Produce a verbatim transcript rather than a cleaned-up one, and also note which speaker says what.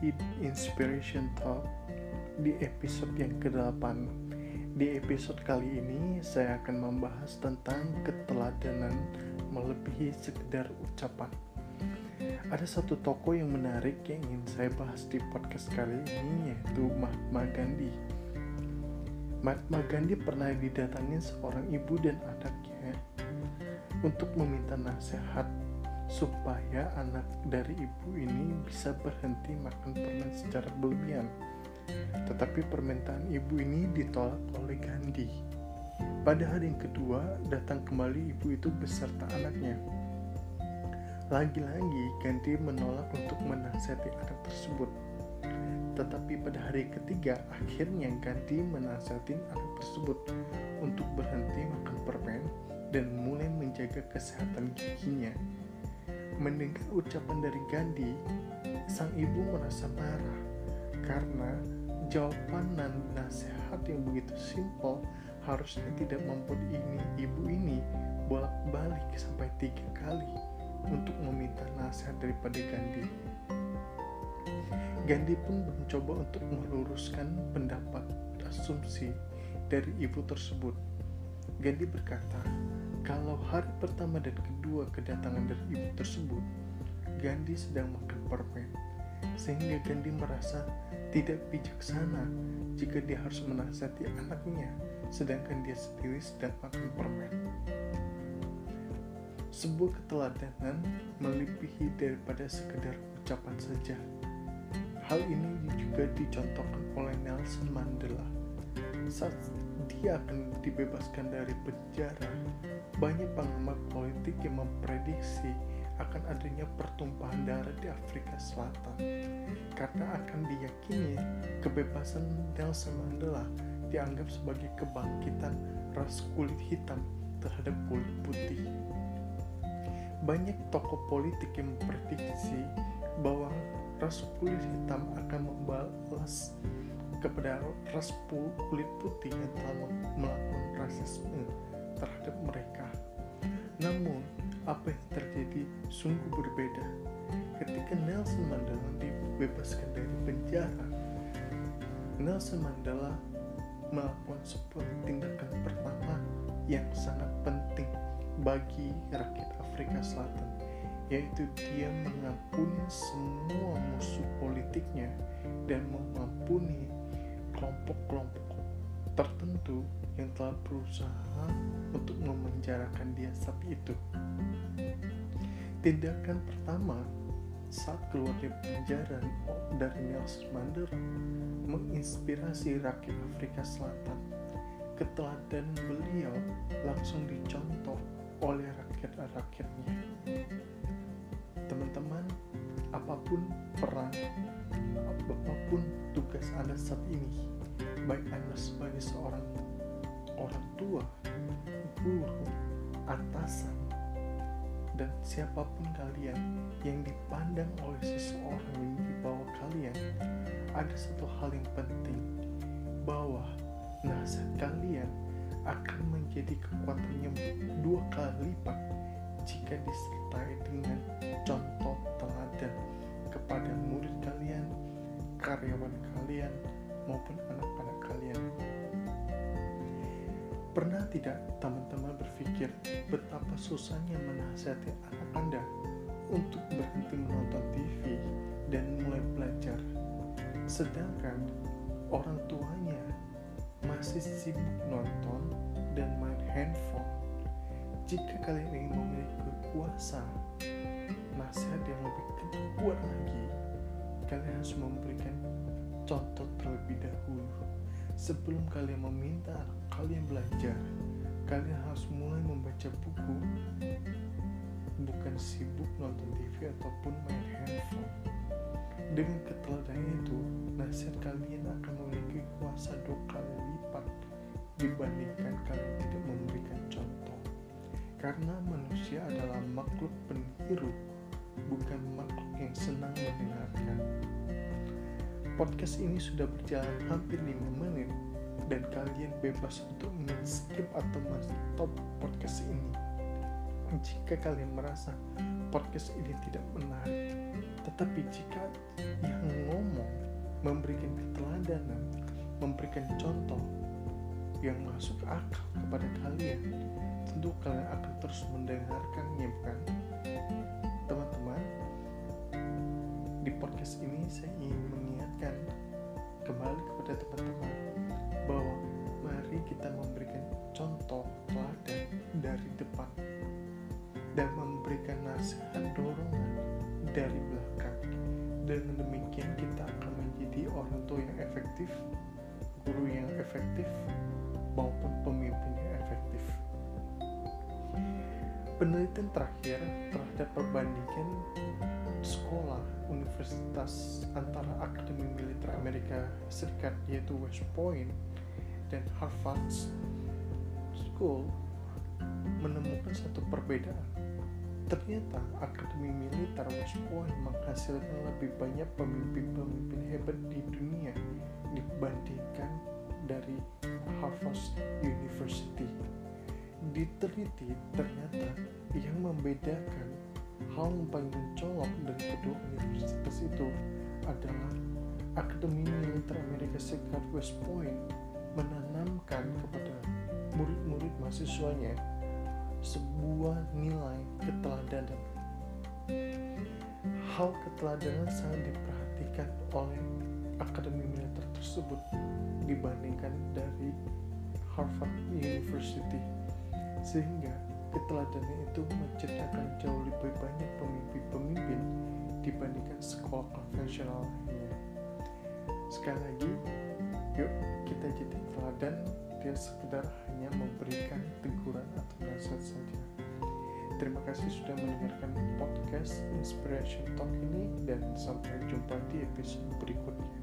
Speaker 1: Hit Inspiration Talk di episode yang kedelapan. Di episode kali ini saya akan membahas tentang keteladanan melebihi sekedar ucapan. Ada satu tokoh yang menarik yang ingin saya bahas di podcast kali ini, yaitu Mahatma Gandhi. Mahatma Gandhi pernah didatangi seorang ibu dan anaknya untuk meminta nasihat supaya anak dari ibu ini bisa berhenti makan permen secara berlebihan. Tetapi permintaan ibu ini ditolak oleh Gandhi. Pada hari yang kedua, datang kembali ibu itu beserta anaknya. Lagi-lagi Gandhi menolak untuk menasihati anak tersebut. Tetapi pada hari ketiga, akhirnya Gandhi menasihati anak tersebut untuk berhenti makan permen dan mulai menjaga kesehatan giginya. Mendengar ucapan dari Gandhi, sang ibu merasa marah karena jawaban dan nasihat yang begitu simpel harusnya tidak membuat ini ibu ini bolak-balik sampai tiga kali untuk meminta nasihat daripada Gandhi. Gandhi pun mencoba untuk meluruskan pendapat asumsi dari ibu tersebut. Gandhi berkata, kalau hari pertama dan kedua kedatangan dari ibu tersebut, Gandhi sedang makan permen, sehingga Gandhi merasa tidak bijaksana jika dia harus menasihati anaknya, sedangkan dia sendiri sedang makan permen. Sebuah keteladanan melebihi daripada sekedar ucapan saja. Hal ini juga dicontohkan oleh Nelson Mandela. Saat dia akan dibebaskan dari penjara, banyak pengamat politik yang memprediksi akan adanya pertumpahan darah di Afrika Selatan karena akan diyakini kebebasan Nelson Mandela dianggap sebagai kebangkitan ras kulit hitam terhadap kulit putih. Banyak tokoh politik yang memprediksi bahwa ras kulit hitam akan membalas kepada ras kulit putih yang telah melakukan rasisme terhadap mereka. Namun, apa yang terjadi sungguh berbeda. Ketika Nelson Mandela dibebaskan dari penjara, Nelson Mandela melakukan sebuah tindakan pertama yang sangat penting bagi rakyat Afrika Selatan, yaitu dia mengampuni semua musuh politiknya dan mengampuni kelompok-kelompok tertentu yang telah berusaha untuk memenjarakan dia saat itu. Tindakan pertama saat keluar dari penjara dari Nelson Mandela menginspirasi rakyat Afrika Selatan. Keteladanan beliau langsung dicontoh oleh rakyat-rakyatnya. Teman-teman, apapun peran, apapun tugas Anda saat ini, baik Anda sebagai seorang orang tua, guru, atasan, dan siapapun kalian yang dipandang oleh seseorang yang di bawah kalian, ada satu hal yang penting, bahwa nasihat kalian akan menjadi kekuatannya dua kali lipat jika disertai dengan contoh teladan kepada murid kalian, karyawan kalian, maupun anak-anak kalian. Pernah tidak teman-teman berpikir betapa susahnya menasihati anak Anda untuk berhenti menonton T V dan mulai belajar, sedangkan orang tuanya masih sibuk nonton dan main handphone? Jika kalian ingin memiliki kuasa nasihat yang lebih kuat lagi, kalian harus memberikan contoh terlebih dahulu. Sebelum kalian meminta anak kalian belajar, kalian harus mulai membaca buku, bukan sibuk nonton T V ataupun main handphone. Dengan keteladanan itu, nasihat kalian akan memiliki kuasa dua kali lipat dibandingkan kalian tidak memberikan contoh. Karena manusia adalah makhluk peniru, bukan makhluk yang senang mendengarkan. Podcast ini sudah berjalan hampir lima menit dan kalian bebas untuk men-skip atau men-stop podcast ini. Jika kalian merasa podcast ini tidak menarik. Tetapi jika yang ngomong memberikan keteladanan, memberikan contoh yang masuk akal kepada kalian, tentu kalian akan terus mendengarkannya, bukan? Teman-teman, di podcast ini saya ingin mengingatkan kembali kepada teman-teman bahwa mari kita memberikan contoh teladan dari depan dan memberikan nasihat dorongan dari belakang. Dengan demikian kita akan menjadi orang tua yang efektif, guru yang efektif, maupun pemimpin yang efektif. Penelitian terakhir terhadap perbandingan sekolah universitas antara Akademi Militer Amerika Serikat yaitu West Point dan Harvard School menemukan satu perbedaan. Ternyata Akademi Militer West Point menghasilkan lebih banyak pemimpin-pemimpin hebat di dunia dibandingkan dari Harvard University. Diteliti, ternyata yang membedakan hal yang paling mencolok dari kedua universitas itu adalah Akademi Militer Amerika Serikat West Point menanamkan kepada murid-murid mahasiswanya sebuah nilai keteladanan. Hal keteladanan sangat diperhatikan oleh Akademi Militer tersebut dibandingkan dari Harvard University, sehingga keteladanan itu menciptakan jauh lebih banyak pemimpin-pemimpin dibandingkan sekolah konvensional lainnya. Sekali lagi, yuk kita jadi teladan, tidak sekedar hanya memberikan teguran atau nasihat saja. Terima kasih sudah mendengarkan podcast Inspiration Talk ini, dan sampai jumpa di episode berikutnya.